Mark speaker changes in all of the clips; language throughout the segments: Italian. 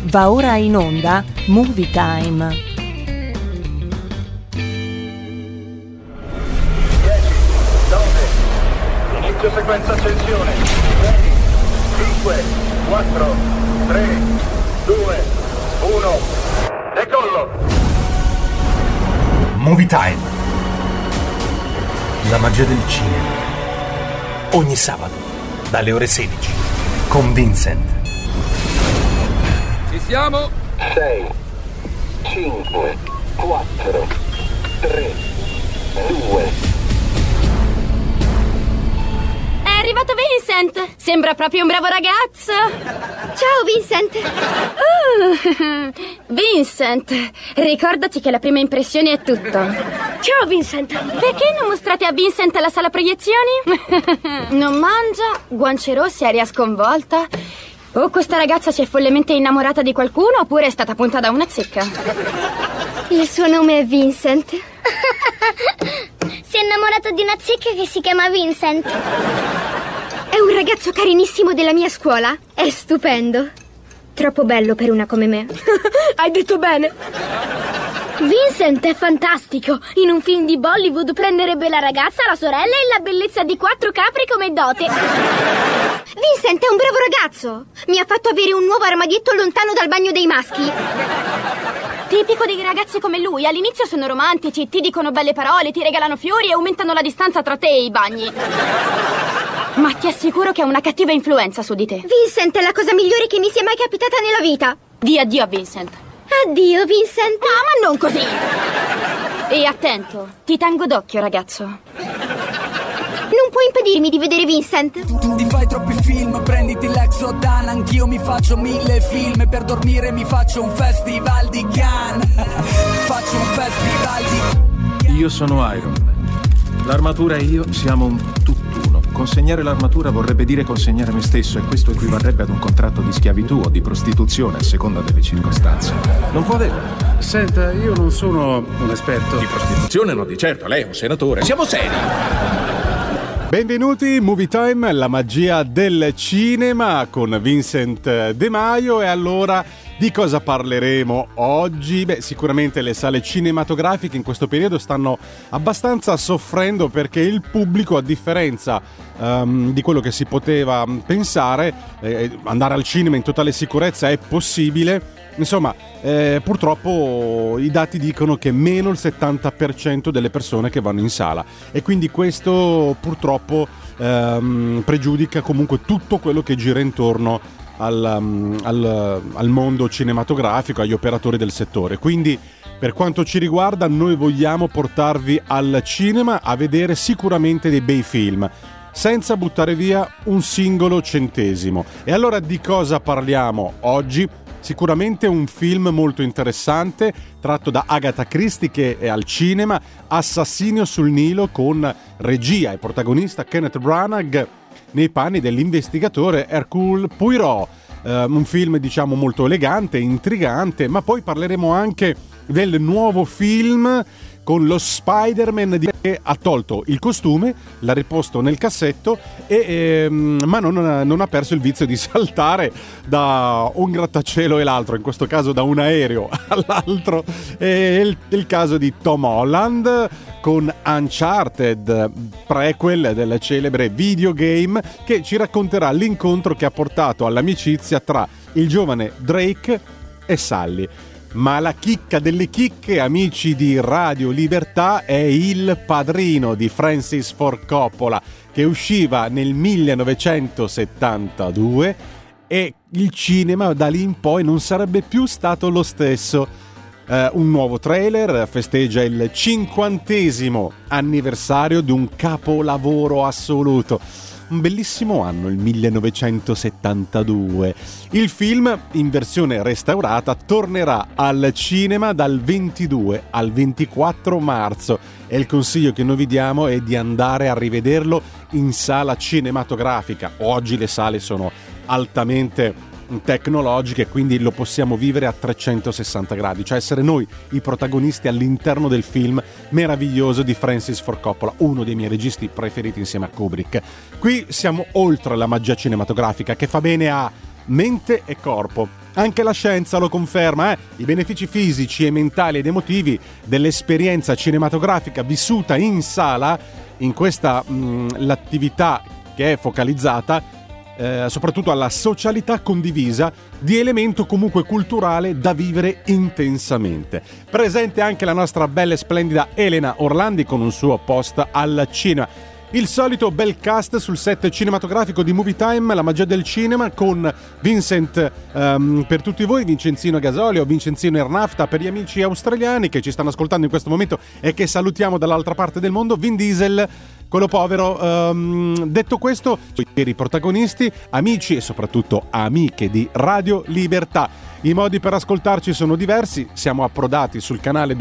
Speaker 1: Va ora in onda Movie Time.
Speaker 2: 10, 9, inizio sequenza accensione. 6, 5, 4, 3, 2, 1, decollo.
Speaker 3: Movie Time. La magia del cinema. Ogni sabato, dalle ore 16, con Vincent.
Speaker 4: Ci siamo?
Speaker 2: 6, 5, 4, 3, 2.
Speaker 5: È arrivato Vincent! Sembra proprio un bravo ragazzo! Ciao Vincent! Vincent, ricordati che la prima impressione è tutto. Ciao Vincent! Perché non mostrate a Vincent la sala proiezioni? Non mangia, guance rosse, aria sconvolta. O questa ragazza si è follemente innamorata di qualcuno oppure è stata punta da una zecca.
Speaker 6: Il suo nome è Vincent. Si è innamorato di una zecca che si chiama Vincent. È un ragazzo carinissimo della mia scuola. È stupendo. Troppo bello per una come me.
Speaker 5: Hai detto bene.
Speaker 6: Vincent è fantastico. In un film di Bollywood prenderebbe la ragazza, la sorella e la bellezza di 4 capri come dote. Vincent è un bravo ragazzo. Mi ha fatto avere un nuovo armadietto lontano dal bagno dei maschi.
Speaker 5: Tipico dei ragazzi come lui. All'inizio sono romantici, ti dicono belle parole, ti regalano fiori e aumentano la distanza tra te e i bagni. Ma ti assicuro che ha una cattiva influenza su di te.
Speaker 6: Vincent è la cosa migliore che mi sia mai capitata nella vita.
Speaker 5: Di addio a Vincent.
Speaker 6: Addio, Vincent.
Speaker 5: Ah, ma non così. E attento, ti tengo d'occhio, ragazzo.
Speaker 6: Non puoi impedirmi di vedere Vincent.
Speaker 7: Tu ti fai troppi film, prenditi l'Exodan. Anch'io mi faccio 1000 film. Per dormire mi faccio un festival di Cannes. Faccio un festival di...
Speaker 8: Io sono Iron Man. L'armatura e io siamo un tutt'uno. Consegnare l'armatura vorrebbe dire consegnare me stesso, e questo equivarrebbe ad un contratto di schiavitù o di prostituzione a seconda delle circostanze. Non può averlo.
Speaker 9: Senta, io non sono un esperto.
Speaker 4: Di prostituzione no, di certo, lei è un senatore. Siamo seri.
Speaker 10: Benvenuti, Movie Time, la magia del cinema con Vincent De Maio. E allora, di cosa parleremo oggi? Beh, sicuramente le sale cinematografiche in questo periodo stanno abbastanza soffrendo, perché il pubblico, a differenza di quello che si poteva pensare, andare al cinema in totale sicurezza è possibile. Insomma, purtroppo i dati dicono che meno il 70% delle persone che vanno in sala, e quindi questo purtroppo pregiudica comunque tutto quello che gira intorno al mondo cinematografico, agli operatori del settore. Quindi, per quanto ci riguarda, noi vogliamo portarvi al cinema a vedere sicuramente dei bei film, senza buttare via un singolo centesimo. E allora di cosa parliamo oggi? Sicuramente un film molto interessante, tratto da Agatha Christie, che è al cinema, Assassinio sul Nilo, con regia e protagonista Kenneth Branagh nei panni dell'investigatore Hercule Poirot. Un film, diciamo, molto elegante, intrigante. Ma poi parleremo anche del nuovo film con lo Spider-Man che ha tolto il costume, l'ha riposto nel cassetto, ma non ha perso il vizio di saltare da un grattacielo e l'altro, in questo caso da un aereo all'altro. È il caso di Tom Holland con Uncharted, prequel del celebre videogame, che ci racconterà l'incontro che ha portato all'amicizia tra il giovane Drake e Sully. Ma la chicca delle chicche, amici di Radio Libertà, è Il Padrino di Francis Ford Coppola, che usciva nel 1972, e il cinema da lì in poi non sarebbe più stato lo stesso. Un nuovo trailer festeggia il 50° anniversario di un capolavoro assoluto. Un bellissimo anno, il 1972. Il film, in versione restaurata, tornerà al cinema dal 22 al 24 marzo, e il consiglio che noi vi diamo è di andare a rivederlo in sala cinematografica. Oggi le sale sono altamente tecnologiche, quindi lo possiamo vivere a 360 gradi, cioè essere noi i protagonisti all'interno del film meraviglioso di Francis Ford Coppola, uno dei miei registi preferiti insieme a Kubrick. Qui siamo oltre la magia cinematografica, che fa bene a mente e corpo. Anche la scienza lo conferma, i benefici fisici e mentali ed emotivi dell'esperienza cinematografica vissuta in sala, in questa l'attività che è focalizzata soprattutto alla socialità condivisa di elemento comunque culturale da vivere intensamente. Presente anche la nostra bella e splendida Elena Orlandi con un suo post al cinema. Il solito bel cast sul set cinematografico di Movie Time, la magia del cinema, con Vincent per tutti voi, Vincenzino Gasolio, Vincenzino Ernafta per gli amici australiani che ci stanno ascoltando in questo momento e che salutiamo dall'altra parte del mondo, Vin Diesel, quello povero. Detto questo, i protagonisti, amici e soprattutto amiche di Radio Libertà. I modi per ascoltarci sono diversi, siamo approdati sul canale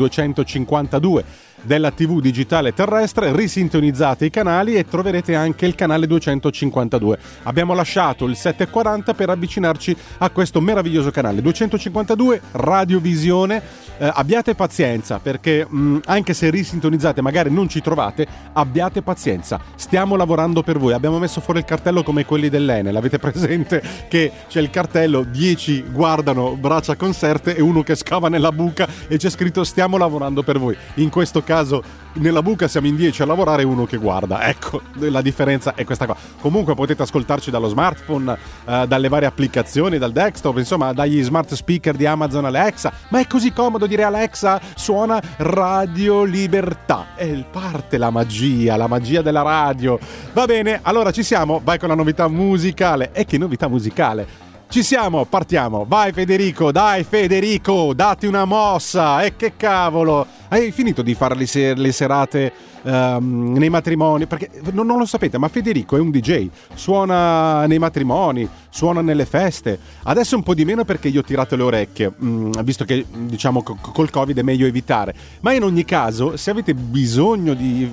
Speaker 10: 252 della TV digitale terrestre, risintonizzate i canali e troverete anche il canale 252. Abbiamo lasciato il 740 per avvicinarci a questo meraviglioso canale 252 Radiovisione. Abbiate pazienza, perché anche se risintonizzate magari non ci trovate, abbiate pazienza, stiamo lavorando per voi. Abbiamo messo fuori il cartello come quelli dell'Enel, avete presente che c'è il cartello 10 guardano braccia conserte e uno che scava nella buca e c'è scritto stiamo lavorando per voi. In questo caso nella buca siamo in 10 a lavorare e uno che guarda, ecco, la differenza è questa qua. Comunque potete ascoltarci dallo smartphone, dalle varie applicazioni, dal desktop, insomma dagli smart speaker di Amazon Alexa, ma è così comodo dire Alexa suona Radio Libertà e parte la magia della radio. Va bene, allora ci siamo, vai con la novità musicale. E che novità musicale? Ci siamo, partiamo. Vai Federico, dai Federico, dati una mossa. E che cavolo, hai finito di fare le serate nei matrimoni? Perché non lo sapete, ma Federico è un DJ, suona nei matrimoni, suona nelle feste. Adesso un po' di meno perché gli ho tirato le orecchie, visto che diciamo col Covid è meglio evitare. Ma in ogni caso, se avete bisogno di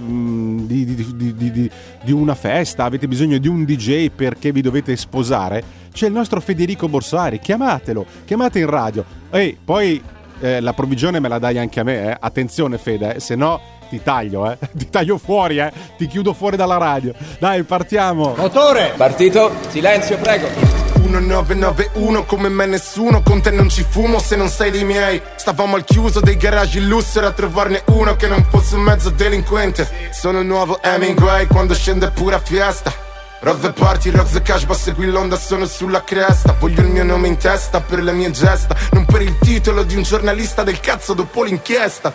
Speaker 10: una festa, avete bisogno di un DJ perché vi dovete sposare, c'è il nostro Federico Borsari, chiamate in radio. Ehi, poi la provvigione me la dai anche a me, attenzione Fede, se no ti taglio, ti taglio fuori, ti chiudo fuori dalla radio. Dai, partiamo.
Speaker 11: Motore! Partito, silenzio prego.
Speaker 12: 1991 come me nessuno, con te non ci fumo se non sei dei miei. Stavamo al chiuso dei garaggi in lusso, era trovarne uno che non fosse un mezzo delinquente. Sono il nuovo Hemingway quando scende pura fiesta. Rock the party, rock the cash, ma segui l'onda, sono sulla cresta. Voglio il mio nome in testa per le mie gesta, non per il titolo di un giornalista del cazzo dopo l'inchiesta.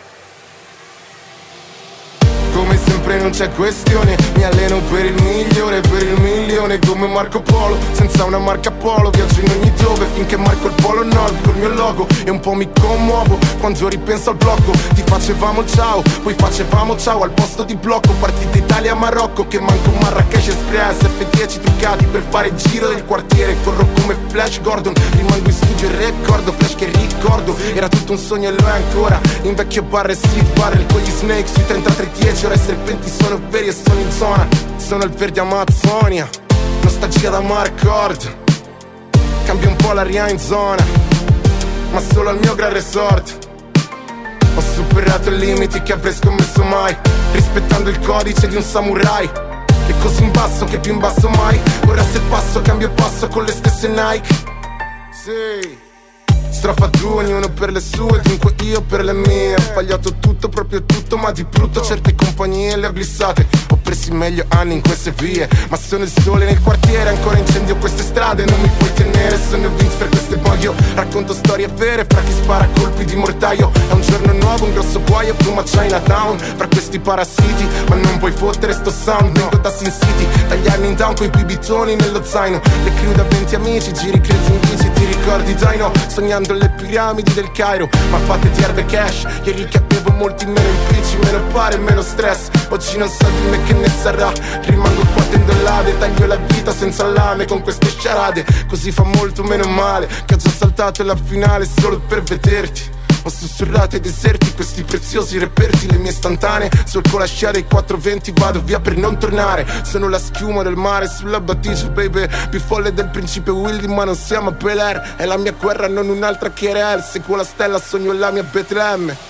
Speaker 12: Come sempre non c'è questione, mi alleno per il migliore, per il milione. Come Marco Polo, senza una marca Polo, viaggio in ogni dove finché marco il polo nord col mio logo. E un po' mi commuovo quando ripenso al blocco. Ti facevamo ciao, poi facevamo ciao al posto di blocco. Partita Italia-Marocco, che manco Marrakesh Express. F10 truccati per fare il giro del quartiere. Corro come Flash Gordon, rimango in studio e ricordo. Flash che ricordo, era tutto un sogno e lo è ancora. In vecchio bar e street barrel con gli snake sui 3310. Ora i serpenti sono veri e sono in zona. Sono il verde Amazzonia, nostalgia da Marcord. Cambia un po' l'aria in zona, ma solo al mio gran resort. Ho superato i limiti che avrei scommesso mai, rispettando il codice di un samurai. E così in basso che più in basso mai. Ora se passo cambio passo con le stesse Nike. Sì. Strofa 2, ognuno per le sue, dunque io per le mie. Ho sbagliato tutto, proprio tutto, ma di brutto certe compagnie le ho glissate. Ho perso i meglio anni in queste vie, ma sono il sole nel quartiere, ancora incendio queste strade, non mi puoi tenere, sono Vince per queste voglio. Racconto storie vere fra chi spara colpi di mortaio. È un giorno nuovo, un grosso guaio, Pluma Chinatown, fra questi parassiti, ma non puoi fottere sto sound. Vengo da Sin City, dagli anni in down coi bibitoni nello zaino. Le crew da 20 amici, giri crazy in bici, ti ricordi dai no, sognando le piramidi del Cairo, ma fatte erbe cash. Ieri che avevo molti meno impicci, meno pare, meno stress. Oggi non so di me che ne sarà, rimango qua tendolade, taglio la vita senza lame con queste sciarade. Così fa molto meno male, che ho già saltato la finale solo per vederti. Ho sussurrato ai deserti questi preziosi reperti, le mie istantanee sul colasciare i 420, vado via per non tornare. Sono la schiuma del mare sulla battigia, baby, più folle del principe Willy, ma non siamo a Bel Air. È la mia guerra, non un'altra che Rel, seguo la stella, sogno la mia Betlemme.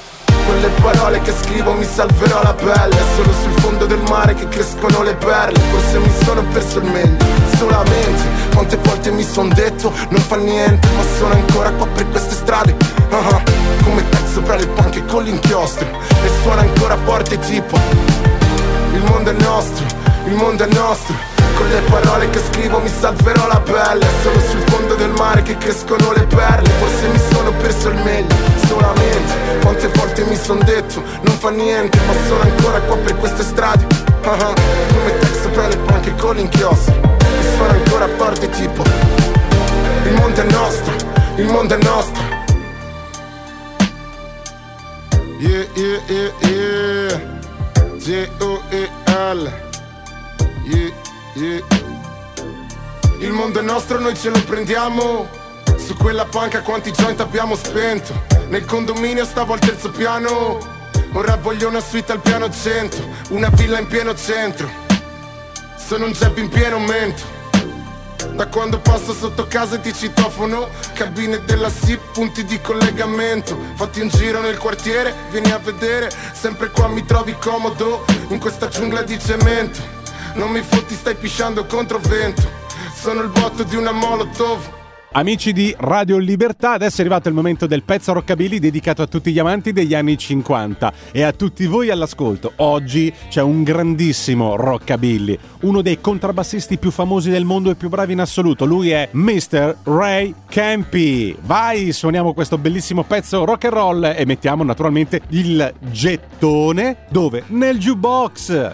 Speaker 12: Con le parole che scrivo mi salverò la pelle. È solo sul fondo del mare che crescono le perle. Forse mi sono perso il meglio, solamente. Quante volte mi son detto non fa niente, ma sono ancora qua per queste strade. Come Tex sopra le panche con l'inchiostro. E suona ancora forte tipo il mondo è nostro, il mondo è nostro. Con le parole che scrivo mi salverò la pelle. È solo sul fondo del mare che crescono le perle. Forse mi sono perso il meglio, solamente. Quante volte mi son detto non fa niente, ma sono ancora qua per queste strade. Come Tex sopra le panche con l'inchiostro. E suona ancora forte tipo il mondo è nostro, il mondo è nostro. Yeah, yeah, yeah, yeah. J-O-E-L. Yeah, yeah. Il mondo è nostro, noi ce lo prendiamo. Su quella panca quanti joint abbiamo spento. Nel condominio stavo al terzo piano. Ora voglio una suite al piano 100. Una villa in pieno centro. Sono un jab in pieno mento. Da quando passo sotto casa e ti citofono. Cabine della SIP, punti di collegamento. Fatti un giro nel quartiere, vieni a vedere. Sempre qua mi trovi comodo, in questa giungla di cemento. Non mi fotti, stai pisciando contro vento. Sono il botto di una Molotov.
Speaker 10: Amici di Radio Libertà, adesso è arrivato il momento del pezzo Rockabilly dedicato a tutti gli amanti degli anni 50 e a tutti voi all'ascolto. Oggi c'è un grandissimo Rockabilly, uno dei contrabbassisti più famosi del mondo e più bravi in assoluto. Lui è Mr. Ray Campi. Vai, suoniamo questo bellissimo pezzo rock and roll e mettiamo naturalmente il gettone dove? Nel jukebox.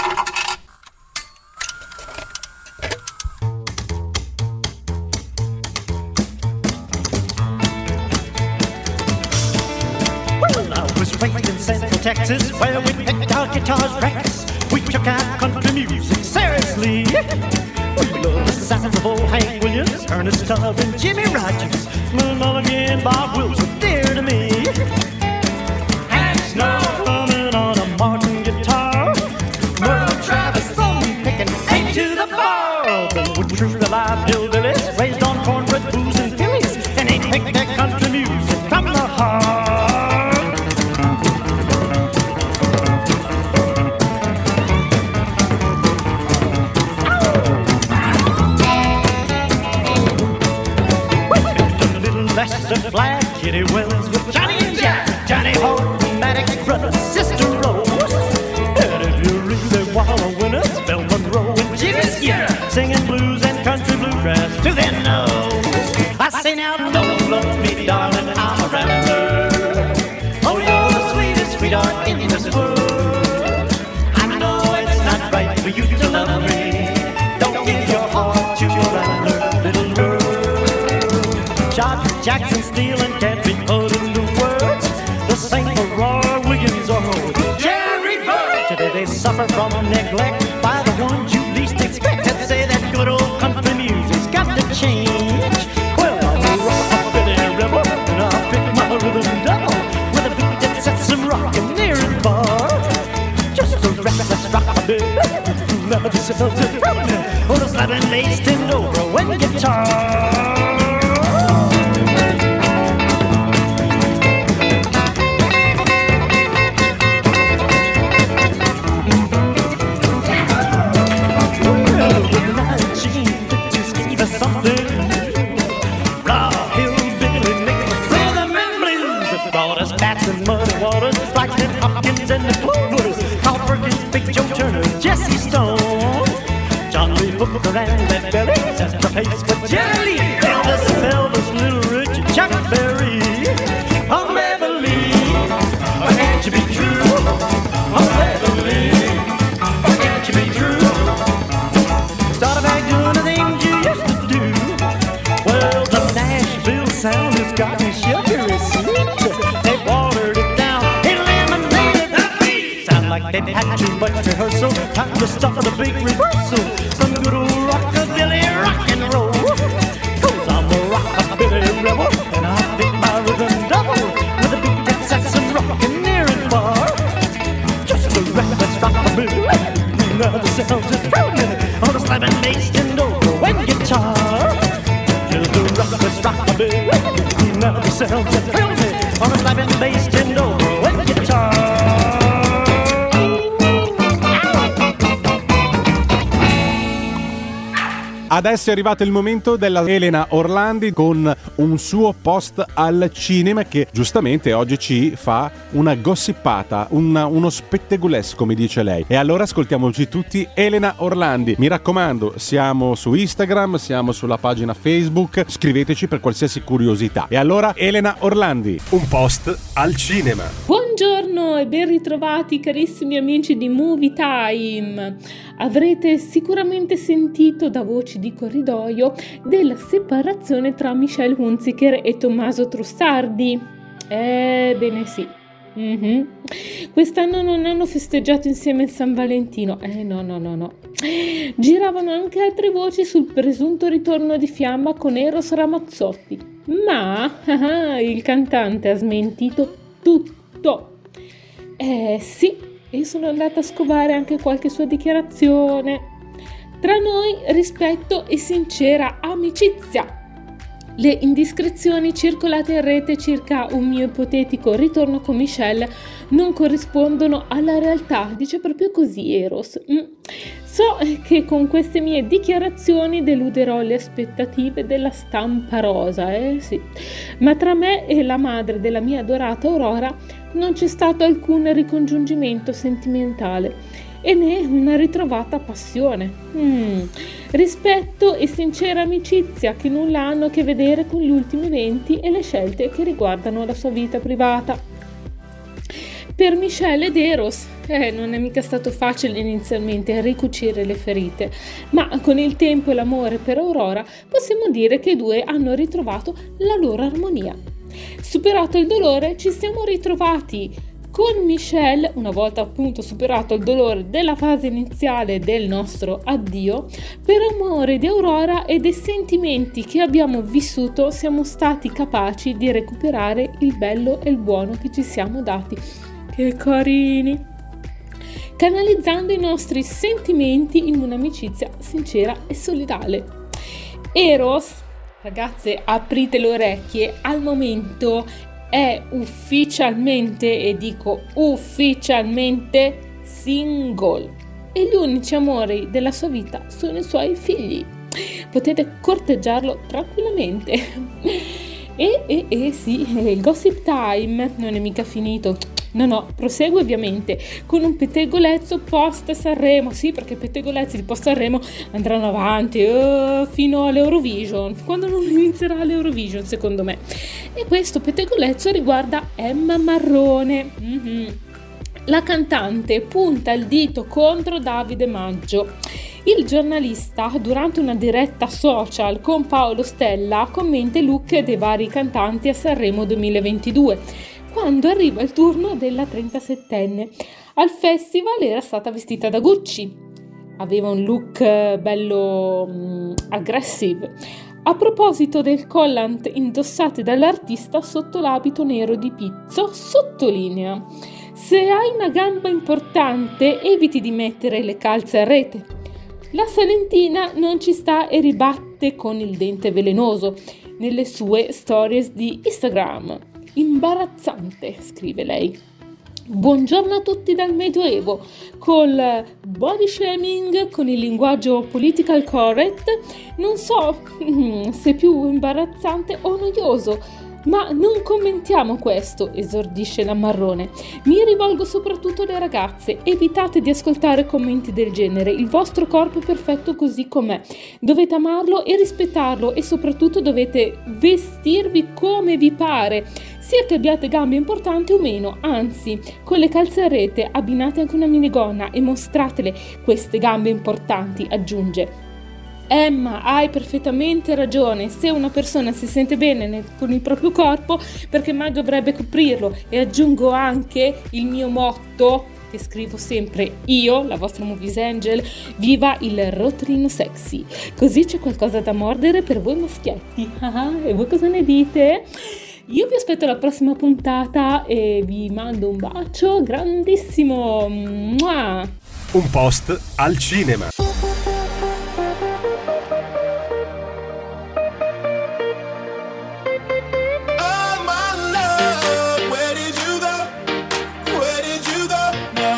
Speaker 13: Raised in Central Texas, where we picked our guitars reckless. We took our country music seriously. We loved the sounds of old Hank Williams, Ernest Tubb, and Jimmy Rogers. Mulligan and Bob Wills were dear to me. Hank Snow running on a Martin guitar. Merle Travis picking eight to the bar. But we're true alive hillbillies, raised on cornbread, booze, and Phillies, and ain't picked their country music from the heart. Lester Flack, Kitty Wells with Johnny and Jack, Johnny Horton, Maddox Brothers, Sister Rose. And if you really want to win us, Bill Monroe and Jimmy Skinner, singing blues and country bluegrass to their nose. I say now, don't love me, darling, I'm a rambler. Oh, you're the sweetest sweetheart in this world. I know it's not right for you to love me. Don't give your heart to your rambler, little girl. Jackson Steele and can't be put into words. The same for Roy Williams or Jerry Byrd. Today they suffer from neglect by the ones you least expect. And say that good old country music's got to change. Well, I'm a rockabilly rebel, and I'll pick my rhythm double with a beat that sets them rockin' near and far. Just a reckless rockabilly, never sells it from me. Or the slapping bass turned over when guitar. Booker and Red Belly sets the pace for Jerry Lee, Elvis, Little Richard, Chuck Berry. Oh, Beverly, why can't you be true? Oh, Beverly, why can't you be true? Start back doing the things you used to do. Well, the Nashville sound has gotten sugary sweet. They watered it down, eliminated the beat. Sound like they've had too much rehearsal. Time to start the big reversal. Some good old rockabilly rock and roll. 'Cause I'm a rockabilly rebel, and I beat my rhythm double with a beat that sets them rockin' near and far. Just a reckless rockabilly, never sounds it from me. On a slamming bass and over when guitar. Just a reckless rockabilly, never sounds it from me. On a slamming bass and over when guitar.
Speaker 10: Adesso è arrivato il momento della Elena Orlandi con un suo post al cinema che giustamente oggi ci fa una gossipata, uno spettegulesco, come dice lei. E allora ascoltiamoci tutti Elena Orlandi. Mi raccomando, siamo su Instagram, siamo sulla pagina Facebook, scriveteci per qualsiasi curiosità. E allora Elena Orlandi,
Speaker 3: un post al cinema.
Speaker 14: Buongiorno e ben ritrovati carissimi amici di Movie Time. Avrete sicuramente sentito da voci di corridoio della separazione tra Michelle Hunziker e Tommaso Trussardi. Bene sì. Quest'anno non hanno festeggiato insieme il San Valentino. No. Giravano anche altre voci sul presunto ritorno di fiamma con Eros Ramazzotti, ma il cantante ha smentito tutto. Sì, io sono andata a scovare anche qualche sua dichiarazione. Tra noi rispetto e sincera amicizia. Le indiscrezioni circolate in rete circa un mio ipotetico ritorno con Michelle non corrispondono alla realtà, dice proprio così Eros. So che con queste mie dichiarazioni deluderò le aspettative della stampa rosa, sì. Ma tra me e la madre della mia adorata Aurora non c'è stato alcun ricongiungimento sentimentale e né una ritrovata passione. Rispetto e sincera amicizia che nulla hanno a che vedere con gli ultimi eventi e le scelte che riguardano la sua vita privata. Per Michelle ed Eros non è mica stato facile inizialmente ricucire le ferite, ma con il tempo e l'amore per Aurora possiamo dire che i due hanno ritrovato la loro armonia. Superato il dolore, ci siamo ritrovati con Michelle, una volta appunto superato il dolore della fase iniziale del nostro addio, per amore di Aurora e dei sentimenti che abbiamo vissuto, siamo stati capaci di recuperare il bello e il buono che ci siamo dati. Che carini! Canalizzando i nostri sentimenti in un'amicizia sincera e solidale. Eros, ragazze, aprite le orecchie, al momento è ufficialmente, e dico ufficialmente, single e gli unici amori della sua vita sono i suoi figli. Potete corteggiarlo tranquillamente. E sì, il gossip time non è mica finito. No, prosegue ovviamente con un pettegolezzo post Sanremo, sì, perché i pettegolezzi di post Sanremo andranno avanti fino all'Eurovision, quando non inizierà l'Eurovision secondo me. E questo pettegolezzo riguarda Emma Marrone. La cantante punta il dito contro Davide Maggio. Il giornalista, durante una diretta social con Paolo Stella, commenta i look dei vari cantanti a Sanremo 2022. Quando arriva il turno della 37enne. Al festival era stata vestita da Gucci. Aveva un look bello aggressive. A proposito del collant indossate dall'artista sotto l'abito nero di pizzo, sottolinea: se hai una gamba importante eviti di mettere le calze a rete. La salentina non ci sta e ribatte con il dente velenoso nelle sue stories di Instagram. Imbarazzante, scrive lei. Buongiorno a tutti dal Medioevo, col body shaming, con il linguaggio political correct, non so se più imbarazzante o noioso, ma non commentiamo questo, esordisce la Marrone. Mi rivolgo soprattutto alle ragazze, evitate di ascoltare commenti del genere, il vostro corpo è perfetto così com'è, dovete amarlo e rispettarlo e soprattutto dovete vestirvi come vi pare, sia che abbiate gambe importanti o meno, anzi, con le calze a rete abbinate anche una minigonna e mostratele queste gambe importanti, aggiunge. Emma, hai perfettamente ragione, se una persona si sente bene con il proprio corpo, perché mai dovrebbe coprirlo? E aggiungo anche il mio motto, che scrivo sempre io, la vostra Movies Angel: viva il rotrino sexy, così c'è qualcosa da mordere per voi maschietti. E voi cosa ne dite? Io vi aspetto alla prossima puntata e vi mando un bacio grandissimo. Mua!
Speaker 3: Un post al cinema.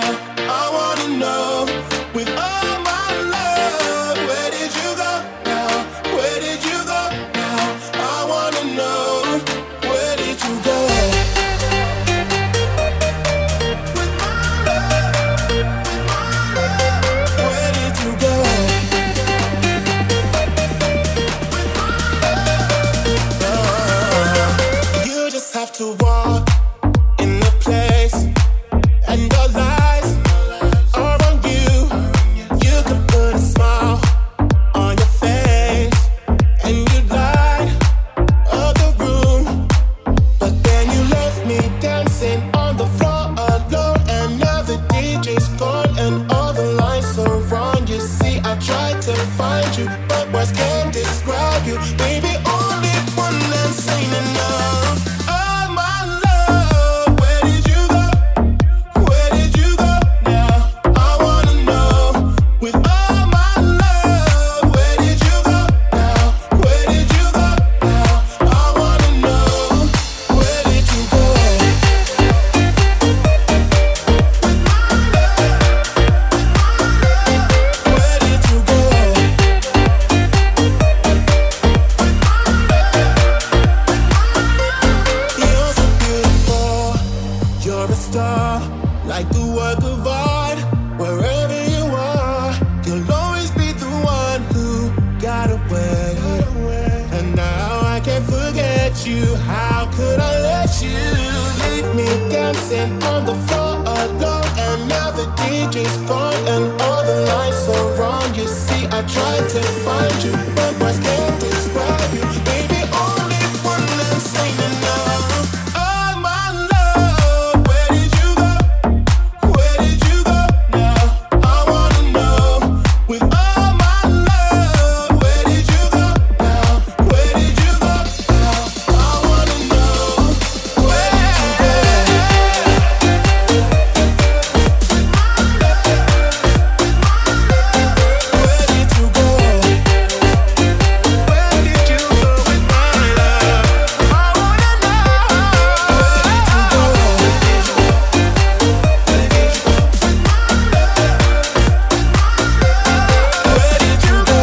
Speaker 12: With all my love, where did you go now? to walk in the place, and all eyes are on you. You could put a smile on your face, and you light up the room. But then you left me dancing on the floor alone, and now the DJ's gone, and all the lights are wrong. You see, I tried to find you, but words can't describe you, baby. Only one dance ain't enough. Oh my love, where did you go? Where did you go now? I wanna know. With all my love, where did you go now? Where did you go now? I wanna know. Where did you go? Where did you go? You're so beautiful, you're a star, like the work of art. Wherever you are, you'll always be the one who got away. And now I can't forget you. How could I let you leave me dancing on the floor alone? And now the DJ's gone, and all the lights are wrong. You see, I tried to find you, but words can't describe you, baby. Only one dance ain't enough. Oh my love, where did you go? Where did you go now? I wanna know. With all my love, where did you go now? Where did you go now? I wanna know. Where did you go? Where did you go? Where did you go with my love? I wanna know. Where did you go? Where did you go? Where did you go?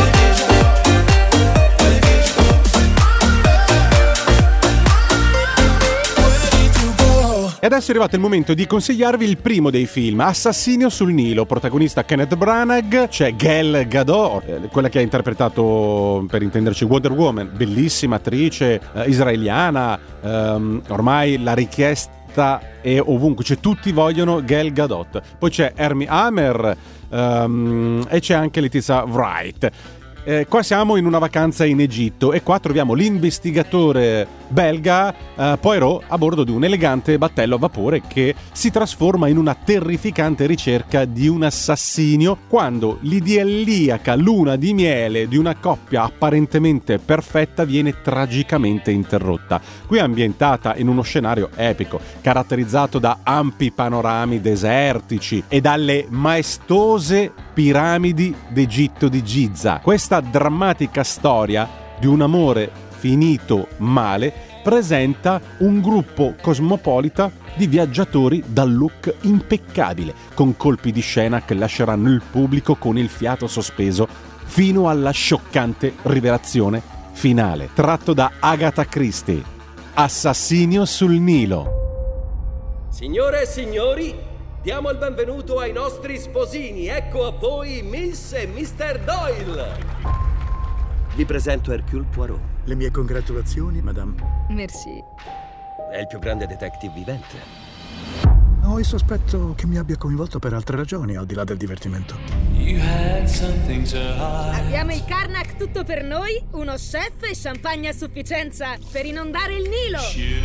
Speaker 10: E adesso è arrivato il momento di consigliarvi il primo dei film, Assassinio sul Nilo, protagonista Kenneth Branagh, c'è Gal Gadot, quella che ha interpretato, per intenderci, Wonder Woman, bellissima attrice israeliana, ormai la richiesta è ovunque, cioè tutti vogliono Gal Gadot. Poi c'è Armie Hammer e c'è anche Letizia Wright. Qua siamo in una vacanza in Egitto e qua troviamo l'investigatore belga Poirot a bordo di un elegante battello a vapore che si trasforma in una terrificante ricerca di un assassinio quando l'idilliaca luna di miele di una coppia apparentemente perfetta viene tragicamente interrotta. Qui è ambientata in uno scenario epico, caratterizzato da ampi panorami desertici e dalle maestose piramidi d'Egitto di Giza. Questa drammatica storia di un amore finito male presenta un gruppo cosmopolita di viaggiatori dal look impeccabile, con colpi di scena che lasceranno il pubblico con il fiato sospeso fino alla scioccante rivelazione finale. Tratto da Agatha Christie, Assassinio sul Nilo.
Speaker 15: Signore e signori, diamo il benvenuto ai nostri sposini. Ecco a voi Miss e Mr. Doyle. Vi presento Hercule Poirot.
Speaker 16: Le mie congratulazioni, madame.
Speaker 17: Merci.
Speaker 15: È il più grande detective vivente.
Speaker 16: Ho il sospetto che mi abbia coinvolto per altre ragioni, al di là del divertimento.
Speaker 17: Abbiamo il Karnak tutto per noi, uno chef e champagne a sufficienza per inondare il Nilo.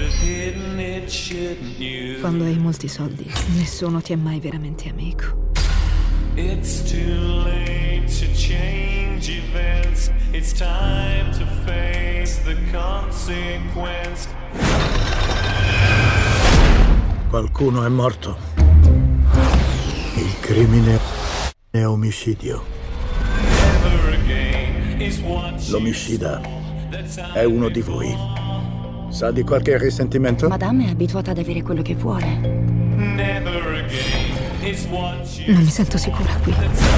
Speaker 18: Quando hai molti soldi, nessuno ti è mai veramente amico.
Speaker 13: It's too late to change events. It's time to face the consequence.
Speaker 16: Qualcuno è morto. Il crimine è omicidio. L'omicida è uno di voi. Sa di qualche risentimento?
Speaker 18: Madame è abituata ad avere quello che vuole. Non mi sento sicura qui.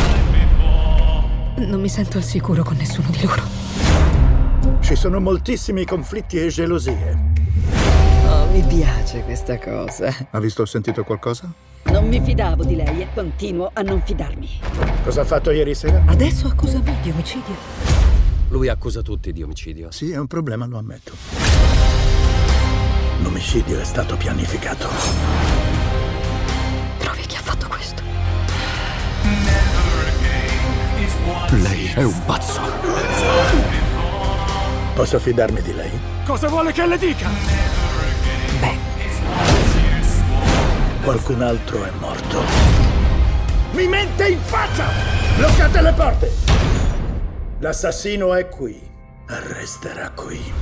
Speaker 18: Non mi sento al sicuro con nessuno di loro.
Speaker 16: Ci sono moltissimi conflitti e gelosie.
Speaker 17: Oh, mi piace questa cosa.
Speaker 16: Ha visto o sentito qualcosa?
Speaker 17: Non mi fidavo di lei e continuo a non fidarmi.
Speaker 16: Cosa ha fatto ieri sera?
Speaker 18: Adesso accusa me di omicidio.
Speaker 15: Lui accusa tutti di omicidio.
Speaker 16: Sì, è un problema, lo ammetto. L'omicidio è stato pianificato.
Speaker 18: Trovi chi ha fatto questo?
Speaker 16: Lei è un pazzo. Posso fidarmi di lei?
Speaker 13: Cosa vuole che le dica?
Speaker 16: Beh. Qualcun altro è morto. Mi mente in faccia! Bloccate le porte! L'assassino è qui. Resterà qui.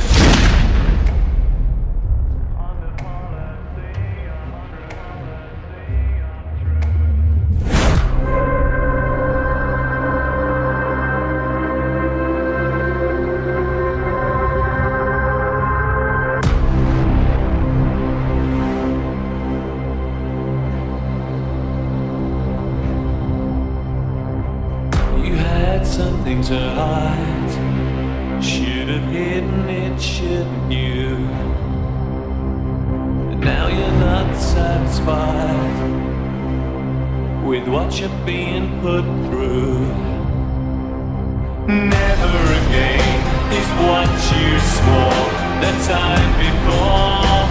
Speaker 19: Something to hide. Should have hidden it, shouldn't you? Now you're not satisfied with what you're being put through. Never again is what you swore the time before.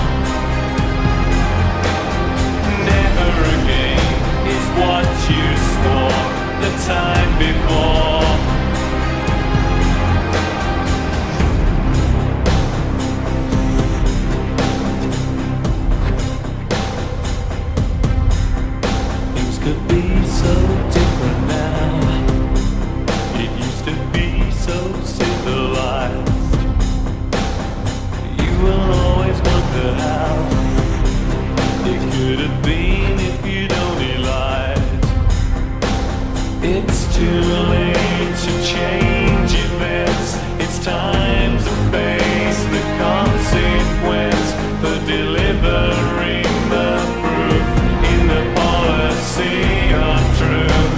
Speaker 19: Never again is what you swore the time before. Things could be so different now. It used to be so civilized. You will always wonder how it could have been if you'd only lied. It's too late to change events. It's time to face the consequence for delivering the proof in the policy of truth.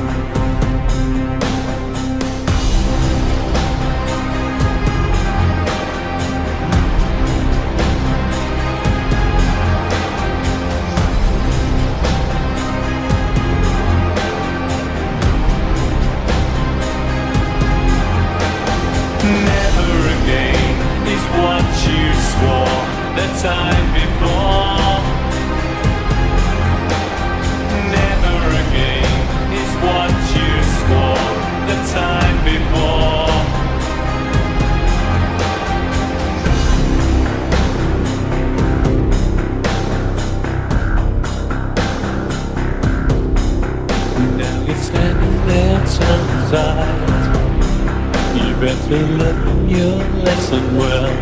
Speaker 19: What you swore the time before. Never again is what you swore the time before. Now you're standing there tongue-tied. You better learn your lesson well.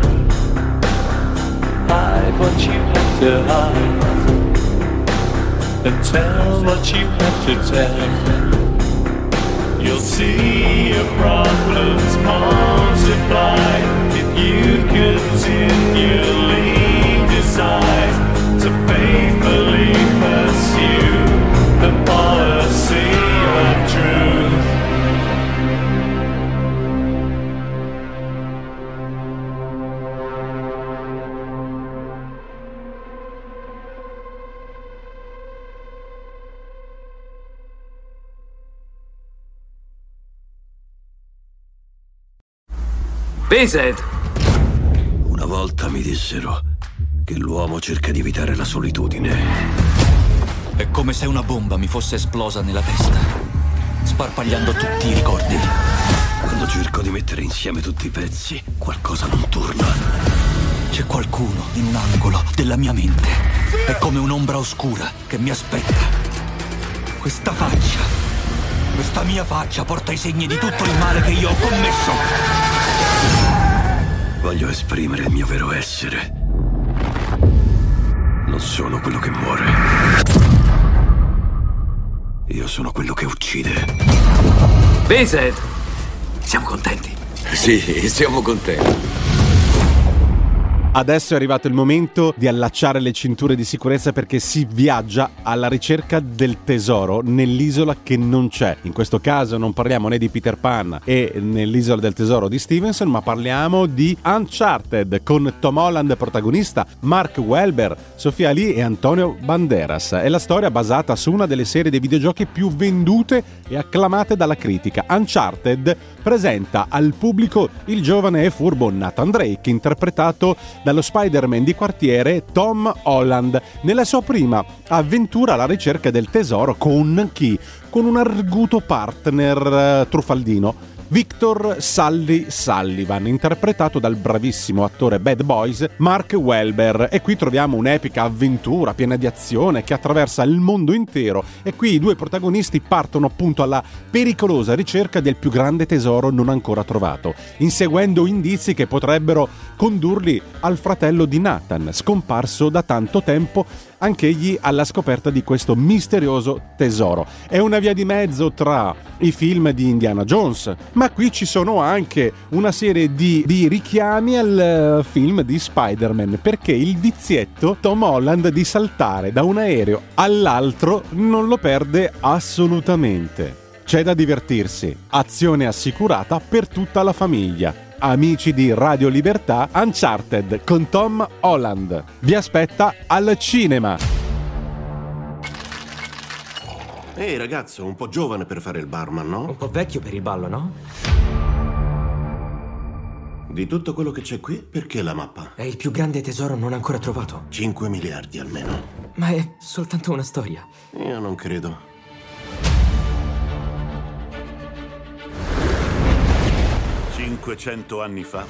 Speaker 19: Hide what you have to hide, and tell what you have to tell. You'll see your problems multiply if you continually decide to faithfully pursue the policy of truth.
Speaker 20: Vincent!
Speaker 15: Una volta mi dissero che l'uomo cerca di evitare la solitudine.
Speaker 20: È come se una bomba mi fosse esplosa nella testa, sparpagliando tutti i ricordi.
Speaker 15: Quando cerco di mettere insieme tutti i pezzi, qualcosa non torna.
Speaker 20: C'è qualcuno in un angolo della mia mente. È come un'ombra oscura che mi aspetta. Questa faccia, questa mia faccia porta i segni di tutto il male che io ho commesso.
Speaker 15: Voglio esprimere il mio vero essere. Non sono quello che muore. Io sono quello che uccide.
Speaker 20: Vincent! Siamo contenti?
Speaker 15: Sì, siamo contenti.
Speaker 10: Adesso è arrivato il momento di allacciare le cinture di sicurezza perché si viaggia alla ricerca del tesoro nell'isola che non c'è. In questo caso non parliamo né di Peter Pan e nell'isola del tesoro di Stevenson, ma parliamo di Uncharted con Tom Holland protagonista, Mark Wahlberg, Sofia Ali e Antonio Banderas. È la storia basata su una delle serie dei videogiochi più vendute e acclamate dalla critica. Uncharted presenta al pubblico il giovane e furbo Nathan Drake, interpretato dallo Spider-Man di quartiere Tom Holland nella sua prima avventura alla ricerca del tesoro con chi? Con un arguto partner truffaldino, Victor Sully Sullivan, interpretato dal bravissimo attore Bad Boys Mark Wahlberg. E qui troviamo un'epica avventura piena di azione che attraversa il mondo intero, e qui i due protagonisti partono appunto alla pericolosa ricerca del più grande tesoro non ancora trovato, inseguendo indizi che potrebbero condurli al fratello di Nathan, scomparso da tanto tempo anch'egli alla scoperta di questo misterioso tesoro. È una via di mezzo tra i film di Indiana Jones, ma qui ci sono anche una serie di richiami al film di Spider-Man, perché il vizietto Tom Holland di saltare da un aereo all'altro non lo perde assolutamente. C'è da divertirsi, azione assicurata per tutta la famiglia. Amici di Radio Libertà, Uncharted con Tom Holland vi aspetta al cinema.
Speaker 21: Ehi ragazzo, un po' giovane per fare il barman, no?
Speaker 22: Un po' vecchio per il ballo, no?
Speaker 21: Di tutto quello che c'è qui, perché la mappa?
Speaker 22: È il più grande tesoro non ancora trovato.
Speaker 21: 5 miliardi almeno.
Speaker 22: Ma è soltanto una storia.
Speaker 21: Io non credo.
Speaker 23: 500 anni fa,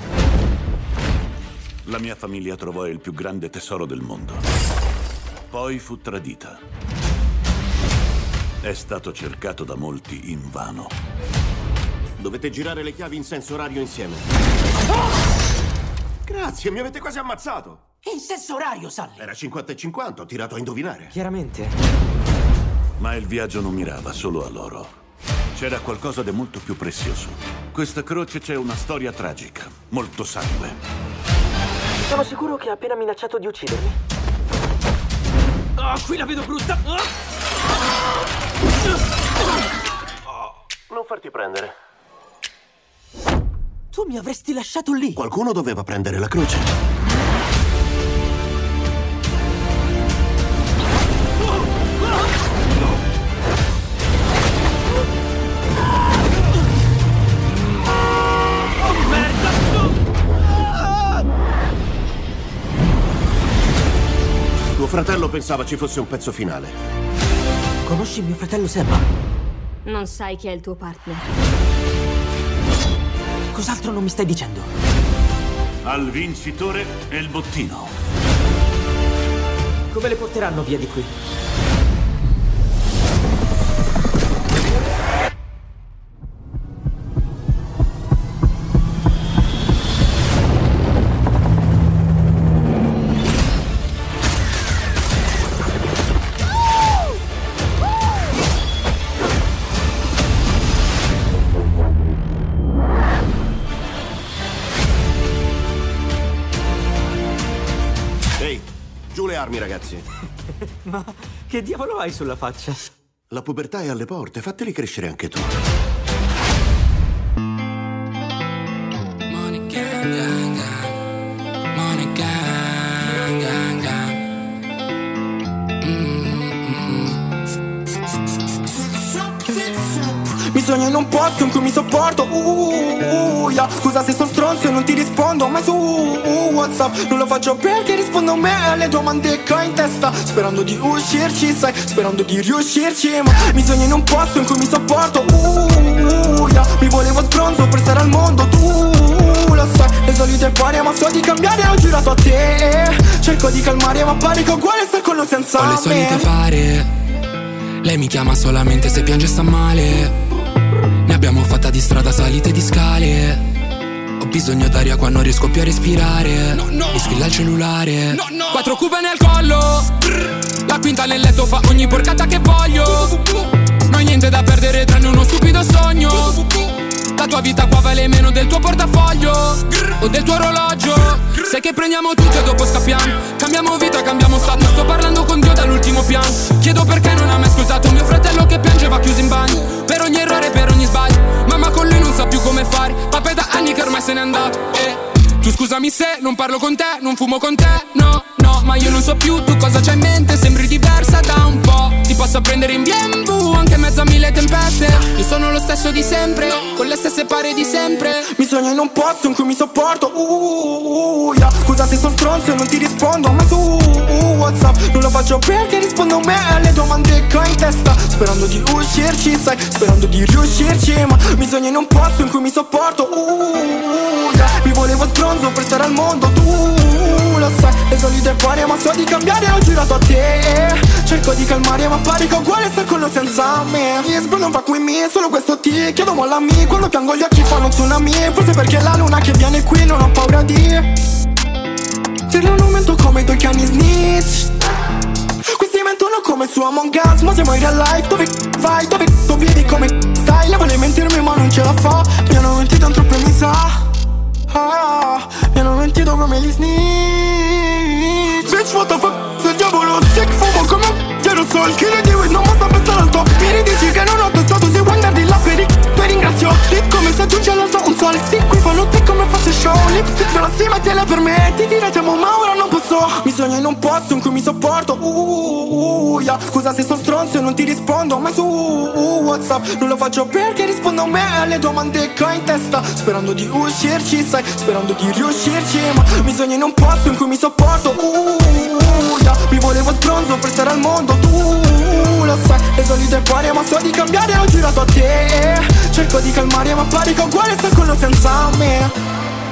Speaker 23: la mia famiglia trovò il più grande tesoro del mondo. Poi fu tradita. È stato cercato da molti invano.
Speaker 21: Dovete girare le chiavi in senso orario insieme. Grazie, mi avete quasi ammazzato.
Speaker 22: In senso orario, Sully.
Speaker 21: Era 50 e 50, ho tirato a indovinare.
Speaker 22: Chiaramente.
Speaker 23: Ma il viaggio non mirava solo a loro. C'era qualcosa di molto più prezioso. Questa croce c'è una storia tragica, molto sangue.
Speaker 22: Sono sicuro che ha appena minacciato di uccidermi. Oh, qui la vedo brutta.
Speaker 21: Non farti prendere.
Speaker 22: Tu mi avresti lasciato lì.
Speaker 21: Qualcuno doveva prendere la croce. Tuo fratello pensava ci fosse un pezzo finale.
Speaker 22: Conosci mio fratello Sam?
Speaker 5: Non sai chi è il tuo partner.
Speaker 22: Cos'altro non mi stai dicendo?
Speaker 23: Al vincitore e il bottino.
Speaker 22: Come le porteranno via di qui?
Speaker 21: Armi, ragazzi.
Speaker 22: Ma che diavolo hai sulla faccia?
Speaker 21: La pubertà è alle porte, fateli crescere anche tu.
Speaker 7: Money gang, gang, gang. Money gang, gang, gang. Mi sogno in un posto in cui mi sopporto. Yeah. Scusa se sono stronzo e non ti rispondo mai su WhatsApp. Non lo faccio perché rispondo a me e alle domande che ho in testa, sperando di uscirci, sai, sperando di riuscirci. Ma mi sogno in un posto in cui mi sopporto. Yeah. Mi volevo sbronzo per stare al mondo, tu lo sai. Le solite parie ma so di cambiare, ho girato a te. Cerco di calmare ma pare che è uguale star con o senza me. Ho le solite parie, lei mi chiama solamente se piange e sta male. Ne abbiamo fatta di strada, salite di scale. Ho bisogno d'aria qua, non riesco più a respirare. Mi squilla il cellulare. 4 cube nel collo, la quinta nel letto fa ogni porcata che voglio. Non ho niente da perdere tranne uno stupido sogno. La tua vita qua vale meno del tuo portafoglio o del tuo orologio. Sai che prendiamo tutto e dopo scappiamo. Cambiamo vita, cambiamo stato. Sto parlando con Dio dall'ultimo piano. Chiedo perché non ha mai ascoltato mio fratello che piangeva chiuso in bagno. Per ogni errore, per ogni sbaglio. Mamma con lui non sa più come fare. Papà da anni che ormai se n'è andato.
Speaker 1: Tu scusami se non parlo con te, non fumo con te, no, no. Ma io non so più tu cosa c'hai in mente, sembri diversa da un po'. Ti posso prendere in BMW anche in mezzo a mille tempeste. Io sono lo stesso di sempre, con le stesse pare di sempre.
Speaker 7: Mi sogno in un posto in cui mi sopporto, yeah. Scusa se sono stronzo e non ti rispondo, ma su WhatsApp non lo faccio perché rispondo a me alle domande che ho in testa. Sperando di uscirci, sai, sperando di riuscirci. Ma mi sogno in un posto in cui mi sopporto, yeah. Mi volevo stronzo per stare al mondo, tu lo sai. Le solite pare ma so di cambiare, ho girato a te. Cerco di calmare ma pare che è uguale star con lo senza me. Isbro non va qui me, solo questo ti chiedo mollami. Quando piango gli occhi fanno un tsunami. Forse perché la luna che viene qui non ho paura di dirlo un momento come i tuoi cani snitch. Questi mentono come su Among Us, ma siamo in real life. Dove vai, dove tu vieni, come stai? Le vuole mentirmi ma non ce la fa. Mi hanno mentito un troppo e mi sa, mi hanno mentito come gli snitch. Bitch what the fuck, se il diavolo sick. Fumo come un aerosol, chi le dico non basta pensare al top. Mi ridici che non ho testato, se vuoi andare di là per ringrazio. Hit come se aggiunge all'alto un sol. Sì, qui fanno te come fosse show. Lipstick per la cima te la permetti. Ti retiamo ma ora non posso. Mi sogno in un posto in cui mi sopporto, yeah. Scusa se sono stronzo e non ti rispondo, ma su WhatsApp non lo faccio perché rispondo a me alle domande che ho in testa. Sperando di uscirci, sai, sperando di riuscirci. Ma mi sogno in un posto in cui mi sopporto, yeah. Mi volevo stronzo per stare al mondo, tu lo sai. Le solite pare ma so di cambiare, ho girato a te. Cerco di calmare ma pare che è uguale star con lo senza me.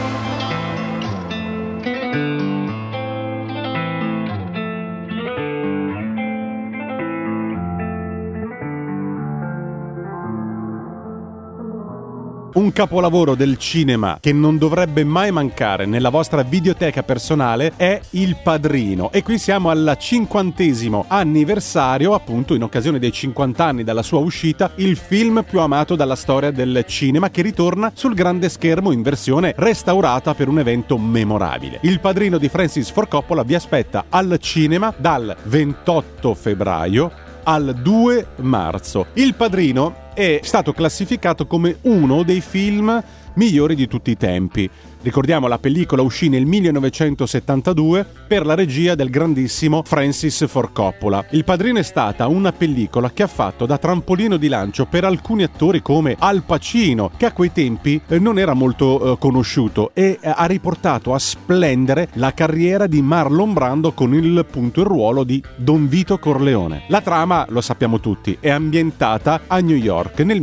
Speaker 10: Un capolavoro del cinema che non dovrebbe mai mancare nella vostra videoteca personale è Il Padrino. E qui siamo al 50° anniversario, appunto in occasione dei 50 anni dalla sua uscita, il film più amato dalla storia del cinema che ritorna sul grande schermo in versione restaurata per un evento memorabile. Il Padrino di Francis Ford Coppola vi aspetta al cinema dal 28 febbraio al 2 marzo. Il Padrino è stato classificato come uno dei film migliori di tutti i tempi. Ricordiamo, la pellicola uscì nel 1972 per la regia del grandissimo Francis Ford Coppola. Il Padrino è stata una pellicola che ha fatto da trampolino di lancio per alcuni attori come Al Pacino, che a quei tempi non era molto conosciuto, e ha riportato a splendere la carriera di Marlon Brando con il ruolo di Don Vito Corleone. La trama, lo sappiamo tutti, è ambientata a New York nel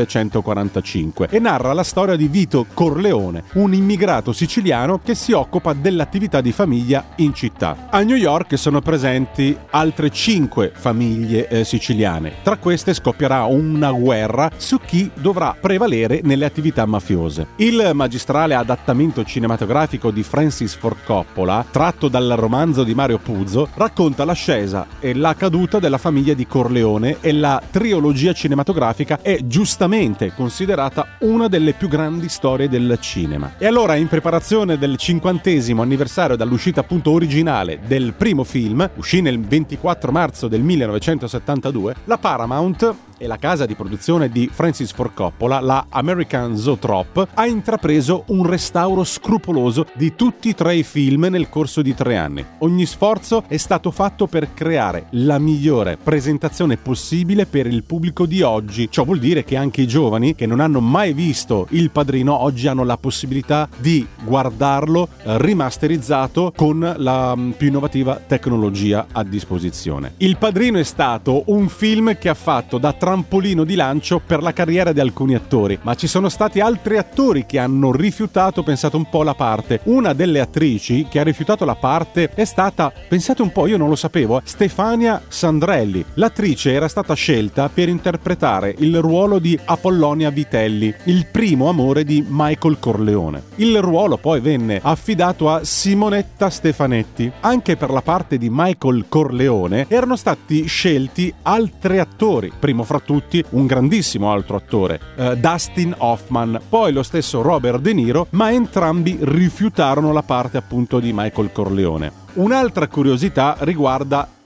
Speaker 10: 1945 e narra la storia di Vito Corleone, un immigrato siciliano che si occupa dell'attività di famiglia in città. A New York sono presenti altre 5 famiglie siciliane. Tra queste scoppierà una guerra su chi dovrà prevalere nelle attività mafiose. Il magistrale adattamento cinematografico di Francis Ford Coppola, tratto dal romanzo di Mario Puzo, racconta l'ascesa e la caduta della famiglia di Corleone, e la trilogia cinematografica è giustamente considerata una delle più grandi storie del cinema. E allora, in preparazione del 50° anniversario dall'uscita appunto originale del primo film, uscì nel 24 marzo del 1972, la Paramount e la casa di produzione di Francis Ford Coppola, la American Zoetrope, ha intrapreso un restauro scrupoloso di tutti e 3 i film nel corso di 3 anni. Ogni sforzo è stato fatto per creare la migliore presentazione possibile per il pubblico di oggi. Ciò vuol dire che anche i giovani che non hanno mai visto Il Padrino oggi hanno la possibilità di guardarlo rimasterizzato con la più innovativa tecnologia a disposizione. Il Padrino è stato un film che ha fatto da trampolino di lancio per la carriera di alcuni attori, ma ci sono stati altri attori che hanno rifiutato, pensate un po', la parte. Una delle attrici che ha rifiutato la parte è stata, pensate un po', io non lo sapevo, Stefania Sandrelli. L'attrice era stata scelta per interpretare il ruolo di Apollonia Vitelli, il primo amore di Michael Corleone. Il ruolo poi venne affidato a Simonetta Stefanetti. Anche per la parte di Michael Corleone erano stati scelti altri attori, primo fra tutti un grandissimo altro attore, Dustin Hoffman, poi lo stesso Robert De Niro, ma entrambi rifiutarono la parte appunto di Michael Corleone. Un'altra curiosità riguarda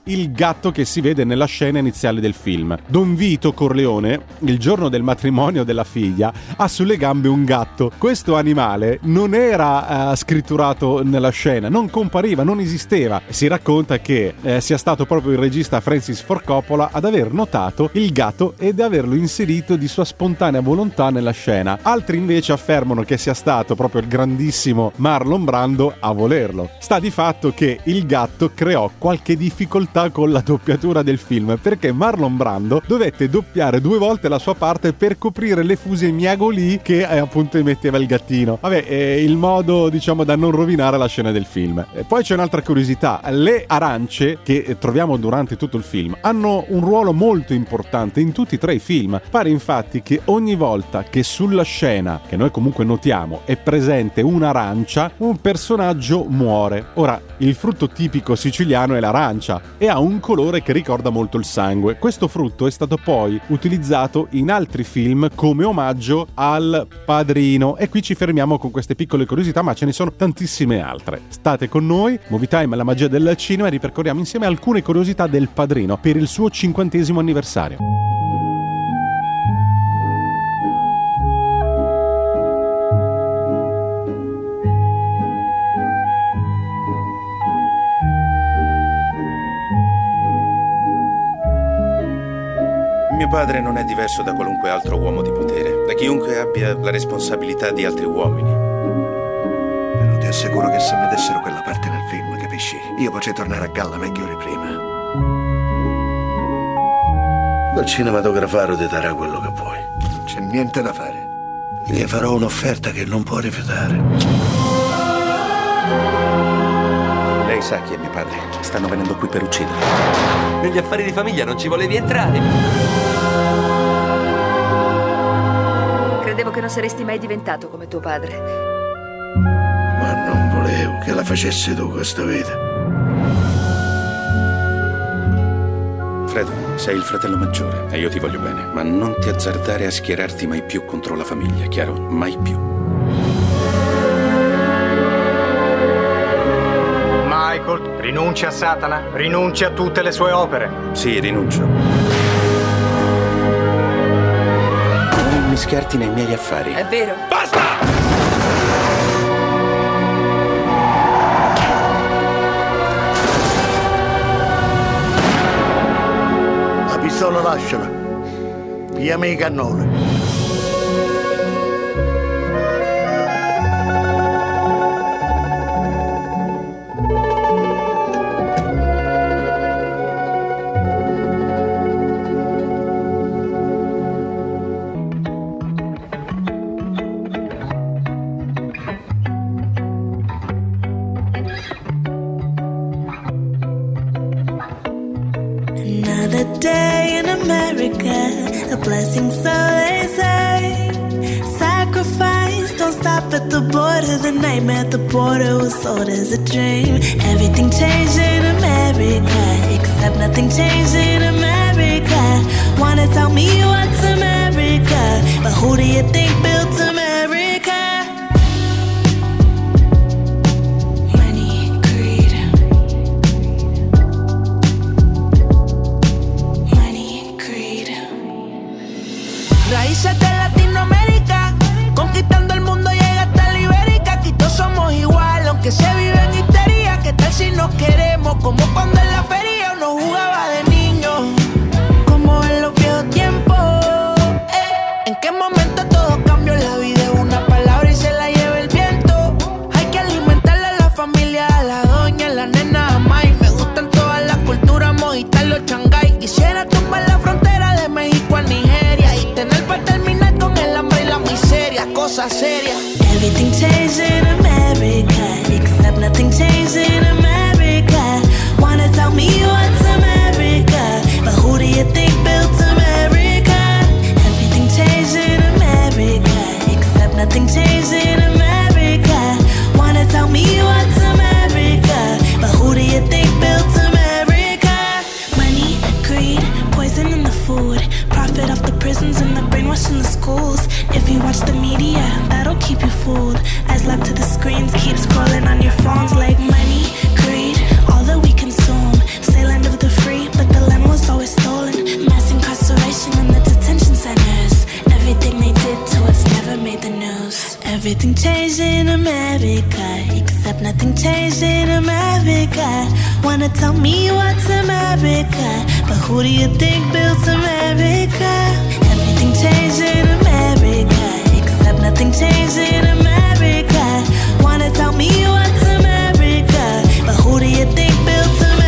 Speaker 10: il gatto che si vede nella scena iniziale del film. Don Vito Corleone, il giorno del matrimonio della figlia, ha sulle gambe un gatto. Questo animale non era scritturato nella scena, non compariva, non esisteva. Si racconta che sia stato proprio il regista Francis Ford Coppola ad aver notato il gatto ed averlo inserito di sua spontanea volontà nella scena. Altri invece affermano che sia stato proprio il grandissimo Marlon Brando a volerlo. Sta di fatto che il gatto creò qualche difficoltà con la doppiatura del film, perché Marlon Brando dovette doppiare 2 volte la sua parte per coprire le fuse miagolì che appunto emetteva il gattino. Vabbè, il modo, diciamo, da non rovinare la scena del film. E poi c'è un'altra curiosità: le arance che troviamo durante tutto il film hanno un ruolo molto importante in tutti e 3 i film. Pare infatti che ogni volta che sulla scena, che noi comunque notiamo, è presente un'arancia, un personaggio muore. Ora, il frutto tipico siciliano è l'arancia e ha un colore che ricorda molto il sangue. Questo frutto è stato poi utilizzato in altri film come omaggio al Padrino, e qui ci fermiamo con queste piccole curiosità, ma ce ne sono tantissime altre. State con noi, Movie Time, la magia del cinema, e ripercorriamo insieme alcune curiosità del Padrino per il suo 50° anniversario.
Speaker 2: Mio padre non è diverso da qualunque altro uomo di potere, da chiunque abbia la responsabilità di altri uomini.
Speaker 16: Però ti assicuro che se mi dessero quella parte nel film, capisci? Io potrei tornare a galla meglio di prima.
Speaker 2: Quel cinematografaro ti darà quello che vuoi.
Speaker 16: Non c'è niente da fare.
Speaker 2: Gli farò un'offerta che non può rifiutare. Lei sa chi è mio padre. Stanno venendo qui per ucciderlo.
Speaker 6: Negli affari di famiglia non ci volevi entrare.
Speaker 18: Credevo che non saresti mai diventato come tuo padre.
Speaker 2: Ma non volevo che la facessi tu questa vita. Fredo, sei il fratello maggiore e io ti voglio bene, ma non ti azzardare a schierarti mai più contro la famiglia, chiaro? Mai più.
Speaker 8: Michael, rinuncia a Satana, rinuncia a tutte le sue opere.
Speaker 2: Sì, rinuncio. Non immischiarti nei miei affari.
Speaker 18: È vero?
Speaker 2: Basta!
Speaker 16: La pistola lasciala. Pigliami i cannoni.
Speaker 24: Another day in America, a blessing so they say. Sacrifice, don't stop at the border. The nightmare at the border was sold as a dream. Everything changed in America, except nothing changed in America. Wanna tell me what's America, but who do you think built America?
Speaker 25: Raíces de Latinoamérica, conquistando el mundo llega hasta la Ibérica. Aquí todos somos igual, aunque se vive en histeria. ¿Qué tal si nos queremos? Como cuando en la feria uno jugaba de niño, como en los viejos tiempos. ¿En qué momento todo cambió? La vida es una palabra y se la lleva el viento. Hay que alimentarle a la familia, a la doña, a la nena, a May. Me gustan todas las culturas, mojitalo, Shanghái. Quisiera tumbar la frontera de México a Nigeria y tener para terminar con el hambre y la miseria, cosas serias.
Speaker 24: Everything changed in America, except nothing changed in America. Wanna tell me what's America, but who do you think built America? Everything changed in America, except nothing changed in America. Wanna tell me what's America, but who do you think built America? Money, greed, poison in the food, profit off the prisons and the brainwash in the schools. If you watch the media, that'll keep you changed in America. Wanna tell me what's America? But who do you think built America? Everything changed in America, except nothing changed in America. Wanna tell me what's America? But who do you think built America?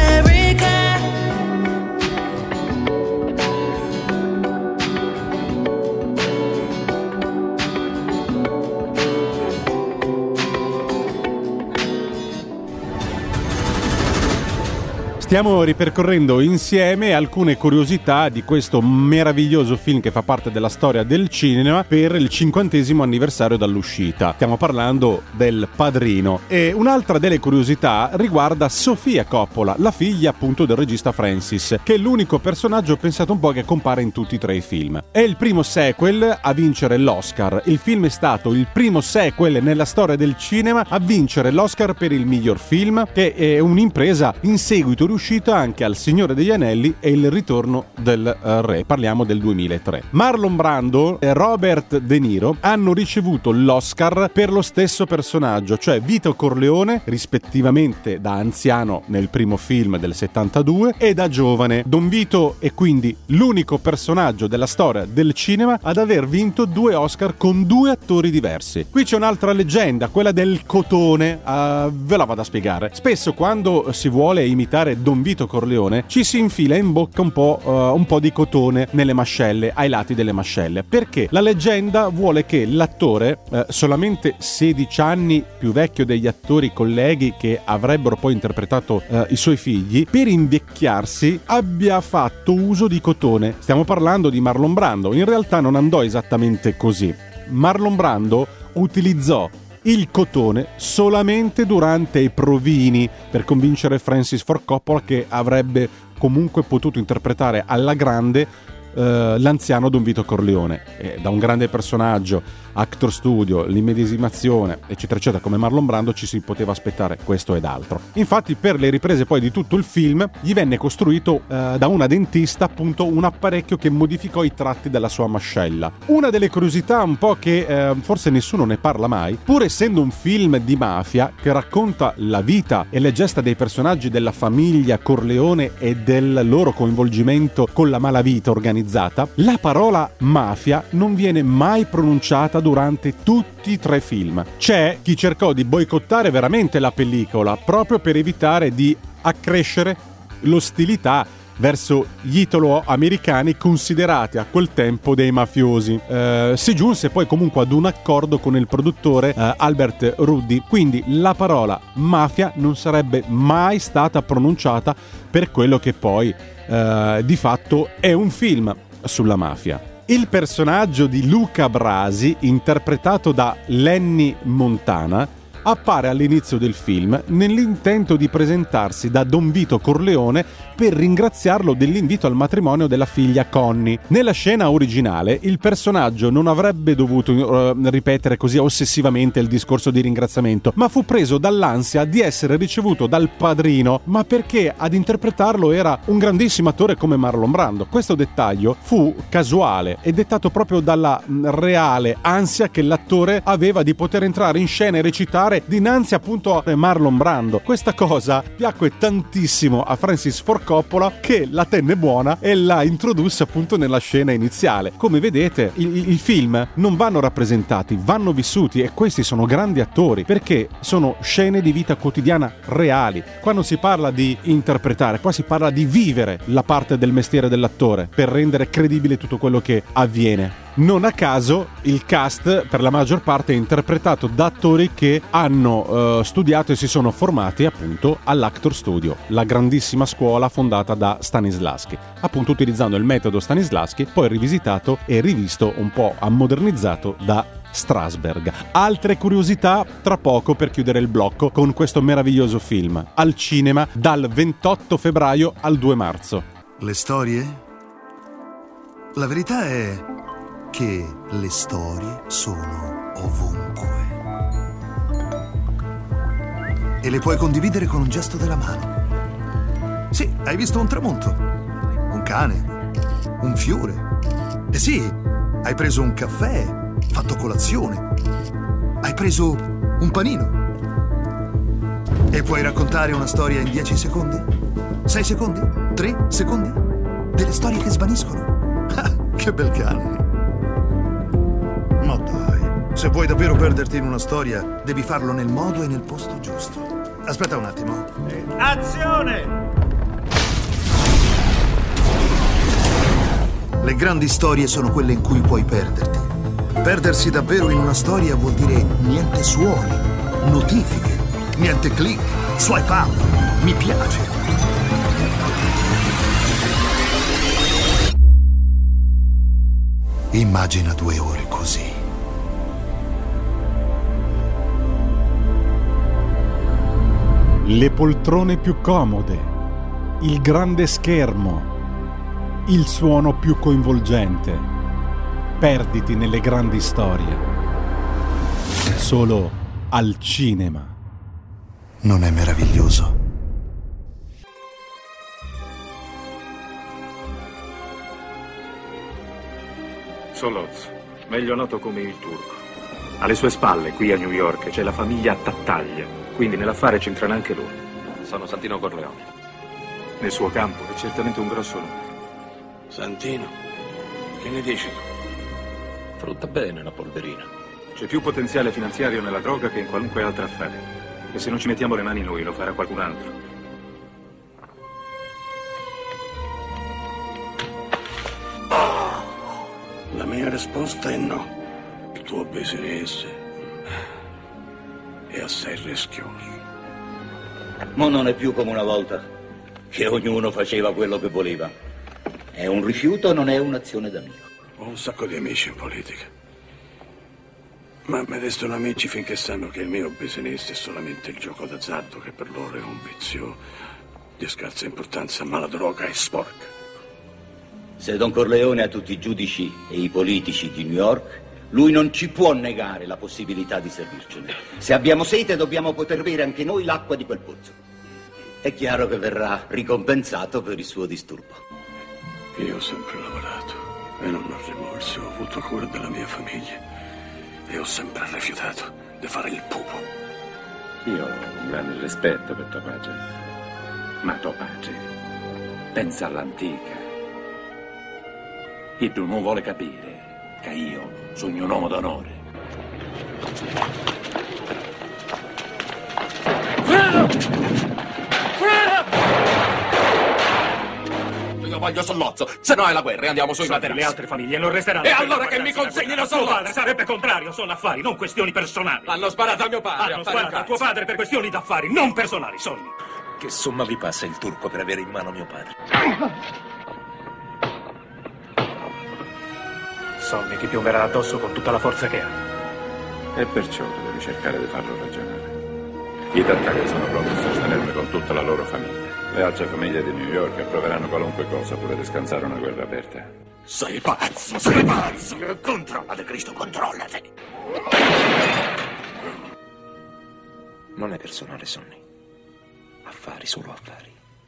Speaker 10: Stiamo ripercorrendo insieme alcune curiosità di questo meraviglioso film che fa parte della storia del cinema per il 50° anniversario dall'uscita. Stiamo parlando del Padrino. E un'altra delle curiosità riguarda Sofia Coppola, la figlia appunto del regista Francis, che è l'unico personaggio, pensate un po', che compare in tutti e tre i film. È il primo sequel a vincere l'Oscar. Il film è stato il primo sequel nella storia del cinema a vincere l'Oscar per il miglior film, che è un'impresa in seguito riuscita anche al Signore degli Anelli e il Ritorno del Re. Parliamo del 2003. Marlon Brando e Robert De Niro hanno ricevuto l'Oscar per lo stesso personaggio, cioè Vito Corleone, rispettivamente da anziano nel primo film del 72 e da giovane. Don Vito è quindi l'unico personaggio della storia del cinema ad aver vinto 2 Oscar con 2 attori diversi. Qui c'è un'altra leggenda, quella del cotone. Ve la vado a spiegare. Spesso quando si vuole imitare Don Vito Corleone ci si infila in bocca un po' di cotone nelle mascelle, ai lati delle mascelle, perché la leggenda vuole che l'attore, solamente 16 anni più vecchio degli attori colleghi che avrebbero poi interpretato i suoi figli, per invecchiarsi abbia fatto uso di cotone. Stiamo parlando di Marlon Brando. In realtà non andò esattamente così. Marlon Brando utilizzò il cotone solamente durante i provini per convincere Francis Ford Coppola, che avrebbe comunque potuto interpretare alla grande l'anziano Don Vito Corleone. Da un grande personaggio, actor studio, l'immedesimazione eccetera eccetera come Marlon Brando ci si poteva aspettare questo ed altro. Infatti per le riprese poi di tutto il film gli venne costruito da una dentista appunto un apparecchio che modificò i tratti della sua mascella. Una delle curiosità un po' che forse nessuno ne parla mai, pur essendo un film di mafia che racconta la vita e le gesta dei personaggi della famiglia Corleone e del loro coinvolgimento con la malavita organizzata, la parola mafia non viene mai pronunciata durante tutti i 3 film. C'è chi cercò di boicottare veramente la pellicola proprio per evitare di accrescere l'ostilità verso gli italo-americani considerati a quel tempo dei mafiosi. Si giunse poi comunque ad un accordo con il produttore Albert Ruddy, quindi la parola mafia non sarebbe mai stata pronunciata per quello che poi di fatto è un film sulla mafia. Il personaggio di Luca Brasi, interpretato da Lenny Montana, appare all'inizio del film nell'intento di presentarsi da Don Vito Corleone per ringraziarlo dell'invito al matrimonio della figlia Connie. Nella scena originale il personaggio non avrebbe dovuto ripetere così ossessivamente il discorso di ringraziamento, ma fu preso dall'ansia di essere ricevuto dal padrino, ma perché ad interpretarlo era un grandissimo attore come Marlon Brando. Questo dettaglio fu casuale e dettato proprio dalla reale ansia che l'attore aveva di poter entrare in scena e recitare dinanzi appunto a Marlon Brando. Questa cosa piacque tantissimo a Francis Ford Coppola, che la tenne buona e la introdusse appunto nella scena iniziale. Come vedete i film non vanno rappresentati, vanno vissuti, e questi sono grandi attori perché sono scene di vita quotidiana reali. Qua non si parla di interpretare, qua si parla di vivere la parte del mestiere dell'attore per rendere credibile tutto quello che avviene. Non a caso il cast per la maggior parte è interpretato da attori che hanno studiato e si sono formati appunto all'Actor Studio, la grandissima scuola fondata da Stanislavski, appunto utilizzando il metodo Stanislavski, poi rivisitato e rivisto, un po' ammodernizzato da Strasberg. Altre curiosità tra poco per chiudere il blocco con questo meraviglioso film, al cinema dal 28 febbraio al 2 marzo.
Speaker 3: Le storie? La verità è che le storie sono ovunque e le puoi condividere con un gesto della mano. Sì, hai visto un tramonto, un cane, un fiore. E sì, hai preso un caffè, fatto colazione, hai preso un panino. E puoi raccontare una storia in 10 secondi? 6 secondi? 3 secondi? Delle storie che svaniscono? Ah, che bel cane! Ma dai, se vuoi davvero perderti in una storia, devi farlo nel modo e nel posto giusto. Aspetta un attimo.
Speaker 16: Azione!
Speaker 3: Le grandi storie sono quelle in cui puoi perderti. Perdersi davvero in una storia vuol dire niente suoni, notifiche, niente click, swipe up, mi piace. Immagina 2 ore così.
Speaker 10: Le poltrone più comode, il grande schermo, il suono più coinvolgente. Perditi nelle grandi storie. Solo al cinema.
Speaker 3: Non è meraviglioso?
Speaker 4: Solozzo, meglio noto come il Turco. Alle sue spalle, qui a New York, c'è la famiglia Tattaglia, quindi nell'affare c'entrano anche lui.
Speaker 6: Sono Santino Corleone.
Speaker 4: Nel suo campo è certamente un grosso nome.
Speaker 21: Santino, che ne dici tu?
Speaker 4: Frutta bene la polverina. C'è più potenziale finanziario nella droga che in qualunque altro affare. E se non ci mettiamo le mani noi, lo farà qualcun altro.
Speaker 21: La mia risposta è no. Il tuo business è assai rischioso.
Speaker 9: Ma non è più come una volta, che ognuno faceva quello che voleva. È un rifiuto o non è un'azione d'amico?
Speaker 21: Ho un sacco di amici in politica. Ma mi restano amici finché sanno che il mio business è solamente il gioco d'azzardo, che per loro è un vizio di scarsa importanza, ma la droga è sporca.
Speaker 9: Se Don Corleone ha tutti i giudici e i politici di New York, lui non ci può negare la possibilità di servircene. Se abbiamo sete dobbiamo poter bere anche noi l'acqua di quel pozzo. È chiaro che verrà ricompensato per il suo disturbo.
Speaker 21: Io ho sempre lavorato e non ho rimorso, ho avuto cura della mia famiglia e ho sempre rifiutato di fare il pupo.
Speaker 4: Io ho un grande rispetto per tuo padre. Ma tuo padre pensa all'antica. E tu non vuole capire che io sono un uomo d'onore.
Speaker 21: Freno! Io voglio Sollozzo, se no è la guerra e andiamo sui materassi.
Speaker 4: Le altre famiglie non resteranno.
Speaker 21: E allora che mi consegnino
Speaker 4: Tuo padre
Speaker 21: Sollozzo!
Speaker 4: sarebbe contrario, sono affari, non questioni personali.
Speaker 21: Hanno sparato a mio padre.
Speaker 4: Hanno sparato a tuo padre per questioni d'affari, non personali, Sonny.
Speaker 11: Che somma vi passa il turco per avere in mano mio padre?
Speaker 4: Sonny ti piomberà addosso con tutta la forza che ha.
Speaker 2: E perciò tu devi cercare di farlo ragionare. I Tattaglia sono pronti a sostenermi con tutta la loro famiglia. Le altre famiglie di New York approveranno qualunque cosa pure di scansare una guerra aperta.
Speaker 21: Sei pazzo, sei pazzo! Controllate, Cristo, controllate!
Speaker 11: Non è personale, Sonny. Affari, solo affari.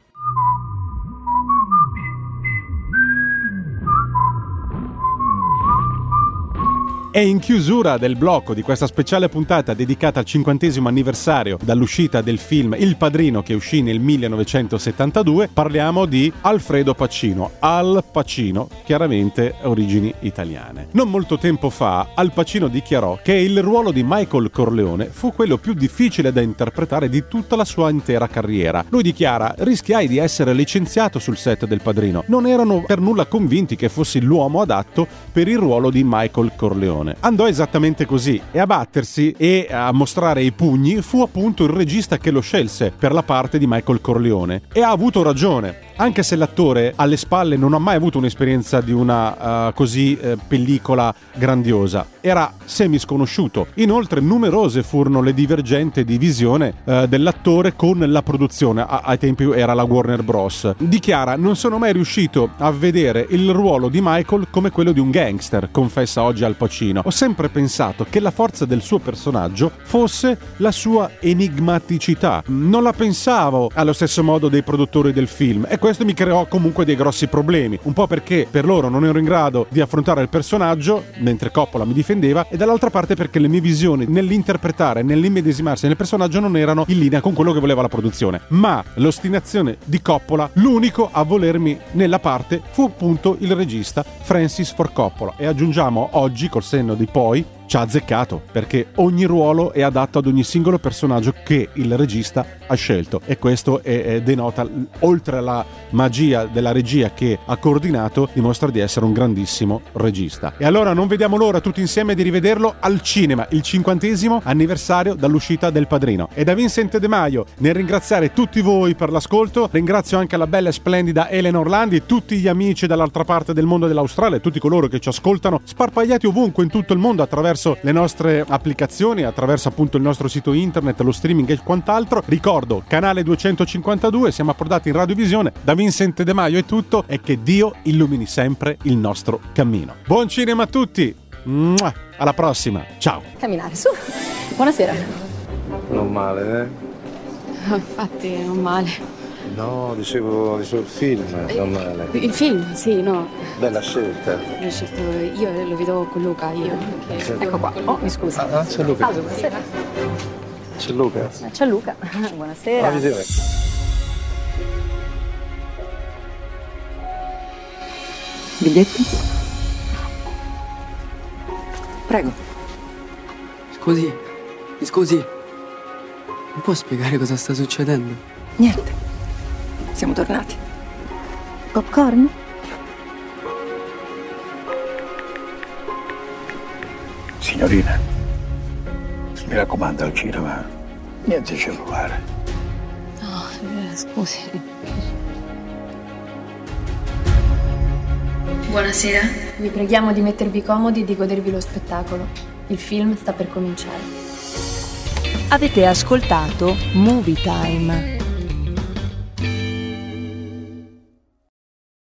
Speaker 10: E in chiusura del blocco di questa speciale puntata dedicata al 50° anniversario dall'uscita del film Il Padrino, che uscì nel 1972, parliamo di Alfredo Pacino. Al Pacino, chiaramente origini italiane. Non molto tempo fa Al Pacino dichiarò che il ruolo di Michael Corleone fu quello più difficile da interpretare di tutta la sua intera carriera. Lui dichiara: rischiai di essere licenziato sul set del Padrino. Non erano per nulla convinti che fossi l'uomo adatto per il ruolo di Michael Corleone. Andò esattamente così, e a battersi e a mostrare i pugni fu appunto il regista che lo scelse per la parte di Michael Corleone, e ha avuto ragione, anche se l'attore alle spalle non ha mai avuto un'esperienza di una pellicola grandiosa. Era semi sconosciuto. Inoltre numerose furono le divergenti di visione dell'attore con la produzione. Ai tempi era la Warner Bros. Dichiara: non sono mai riuscito a vedere il ruolo di Michael come quello di un gangster, confessa oggi Al Pacino. Ho sempre pensato che la forza del suo personaggio fosse la sua enigmaticità. Non la pensavo allo stesso modo dei produttori del film, e questo mi creò comunque dei grossi problemi, un po' perché per loro non ero in grado di affrontare il personaggio mentre Coppola mi difendeva, e dall'altra parte perché le mie visioni nell'interpretare, nell'immedesimarsi nel personaggio non erano in linea con quello che voleva la produzione. Ma l'ostinazione di Coppola, l'unico a volermi nella parte, fu appunto il regista Francis Ford Coppola, e aggiungiamo oggi col senno di poi ci ha azzeccato, perché ogni ruolo è adatto ad ogni singolo personaggio che il regista ha scelto, e questo denota, oltre alla magia della regia che ha coordinato, dimostra di essere un grandissimo regista. E allora non vediamo l'ora tutti insieme di rivederlo al cinema, il 50° anniversario dall'uscita del Padrino. E da Vincent De Maio, nel ringraziare tutti voi per l'ascolto, ringrazio anche la bella e splendida Elena Orlandi, tutti gli amici dall'altra parte del mondo dell'Australia, tutti coloro che ci ascoltano sparpagliati ovunque in tutto il mondo attraverso le nostre applicazioni, attraverso appunto il nostro sito internet, lo streaming e quant'altro. Ricordo, canale 252, siamo approdati in radiovisione. Da Vincent De Maio è tutto, e che Dio illumini sempre il nostro cammino. Buon cinema a tutti, alla prossima, ciao.
Speaker 12: Camminare su. Buonasera.
Speaker 21: Non male, eh?
Speaker 12: Infatti non male.
Speaker 21: No, dicevo il film, non male.
Speaker 12: Il film? Sì, no.
Speaker 21: Bella scelta.
Speaker 12: L'ho scelto io, lo vedo con Luca, io. Ecco qua. Oh, mi scusa.
Speaker 21: C'è Luca.
Speaker 12: Buonasera.
Speaker 21: C'è Luca.
Speaker 12: C'è Luca. Buonasera.
Speaker 13: Biglietti? Prego. Scusi, mi scusi. Mi può spiegare cosa sta succedendo?
Speaker 12: Niente. Siamo tornati. Popcorn?
Speaker 21: Signorina, mi raccomando al cinema, niente cellulare.
Speaker 12: No, scusi.
Speaker 14: Buonasera.
Speaker 12: Vi preghiamo di mettervi comodi e di godervi lo spettacolo. Il film sta per cominciare.
Speaker 17: Avete ascoltato Movie Time.